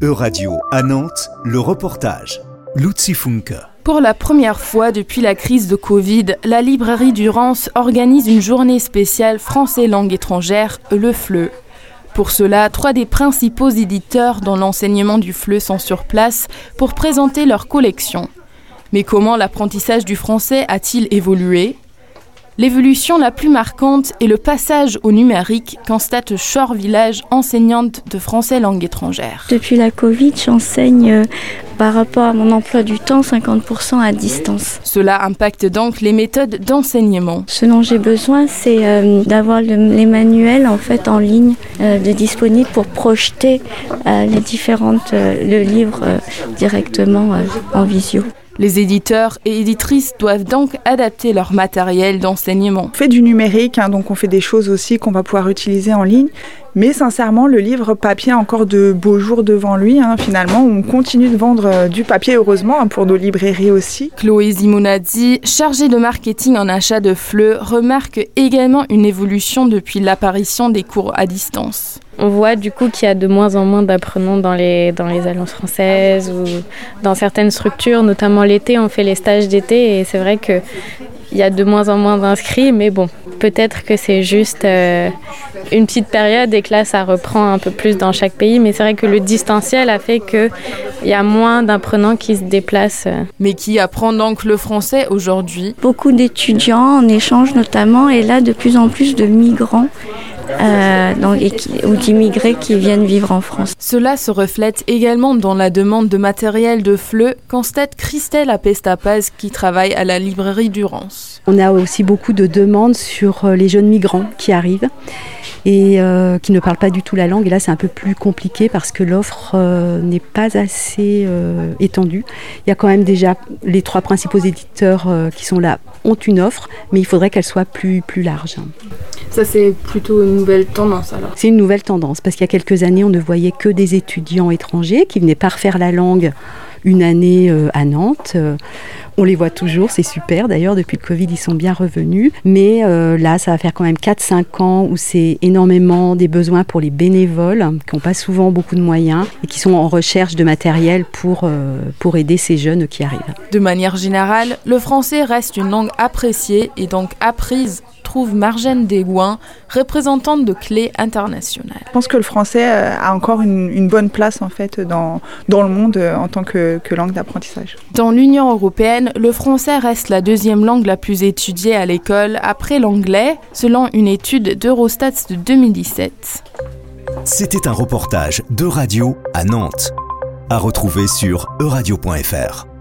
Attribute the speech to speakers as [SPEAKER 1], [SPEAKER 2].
[SPEAKER 1] Euradio à Nantes, le reportage. Luzi Funke.
[SPEAKER 2] Pour la première fois depuis la crise de Covid, la librairie du Rance organise une journée spéciale français langue étrangère, le FLE. Pour cela, 3 des principaux éditeurs dans l'enseignement du FLE sont sur place pour présenter leur collection. Mais comment l'apprentissage du français a-t-il évolué ? L'évolution la plus marquante est le passage au numérique, constate Chor Village, enseignante de français langue étrangère.
[SPEAKER 3] Depuis la Covid, j'enseigne par rapport à mon emploi du temps 50% à distance.
[SPEAKER 2] Cela impacte donc les méthodes d'enseignement.
[SPEAKER 3] Ce dont j'ai besoin, c'est d'avoir les manuels en ligne de disponibles pour projeter le livre directement en visio.
[SPEAKER 2] Les éditeurs et éditrices doivent donc adapter leur matériel d'enseignement.
[SPEAKER 4] On fait du numérique, donc on fait des choses aussi qu'on va pouvoir utiliser en ligne. Mais sincèrement, le livre papier a encore de beaux jours devant lui. Finalement, on continue de vendre du papier, heureusement, pour nos librairies aussi.
[SPEAKER 2] Chloé Zimonazzi, chargée de marketing en achat de FLE, remarque également une évolution depuis l'apparition des cours à distance.
[SPEAKER 5] On voit du coup qu'il y a de moins en moins d'apprenants dans les alliances françaises ou dans certaines structures, notamment l'été, on fait les stages d'été et c'est vrai qu'il y a de moins en moins d'inscrits, mais bon, peut-être que c'est juste une petite période et que là ça reprend un peu plus dans chaque pays, mais c'est vrai que le distanciel a fait qu'il y a moins d'apprenants qui se déplacent.
[SPEAKER 2] Mais qui apprend donc le français aujourd'hui ?
[SPEAKER 3] Beaucoup d'étudiants en échange notamment, et là de plus en plus de migrants. Ou d'immigrés qui viennent vivre en France.
[SPEAKER 2] Cela se reflète également dans la demande de matériel de FLE, constate Christelle Apestapaz qui travaille à la librairie du Rance.
[SPEAKER 6] On a aussi beaucoup de demandes sur les jeunes migrants qui arrivent et qui ne parlent pas du tout la langue. Et là, c'est un peu plus compliqué parce que l'offre n'est pas assez étendue. Il y a quand même déjà les 3 principaux éditeurs qui sont là ont une offre, mais il faudrait qu'elle soit plus large.
[SPEAKER 2] Ça, c'est plutôt une nouvelle tendance alors ?
[SPEAKER 6] C'est une nouvelle tendance parce qu'il y a quelques années, on ne voyait que des étudiants étrangers qui venaient pas refaire la langue une année à Nantes. On les voit toujours, c'est super. D'ailleurs, depuis le Covid, ils sont bien revenus. Mais là, ça va faire quand même 4-5 ans où c'est énormément des besoins pour les bénévoles qui n'ont pas souvent beaucoup de moyens et qui sont en recherche de matériel pour aider ces jeunes qui arrivent.
[SPEAKER 2] De manière générale, le français reste une langue appréciée et donc apprise, trouve Marjane Desgouin, représentante de Clé International.
[SPEAKER 4] Je pense que le français a encore une bonne place en fait dans le monde en tant que langue d'apprentissage.
[SPEAKER 2] Dans l'Union européenne, le français reste la 2e langue la plus étudiée à l'école après l'anglais, selon une étude d'Eurostat de 2017.
[SPEAKER 1] C'était un reportage d'Euradio à Nantes, à retrouver sur euradio.fr.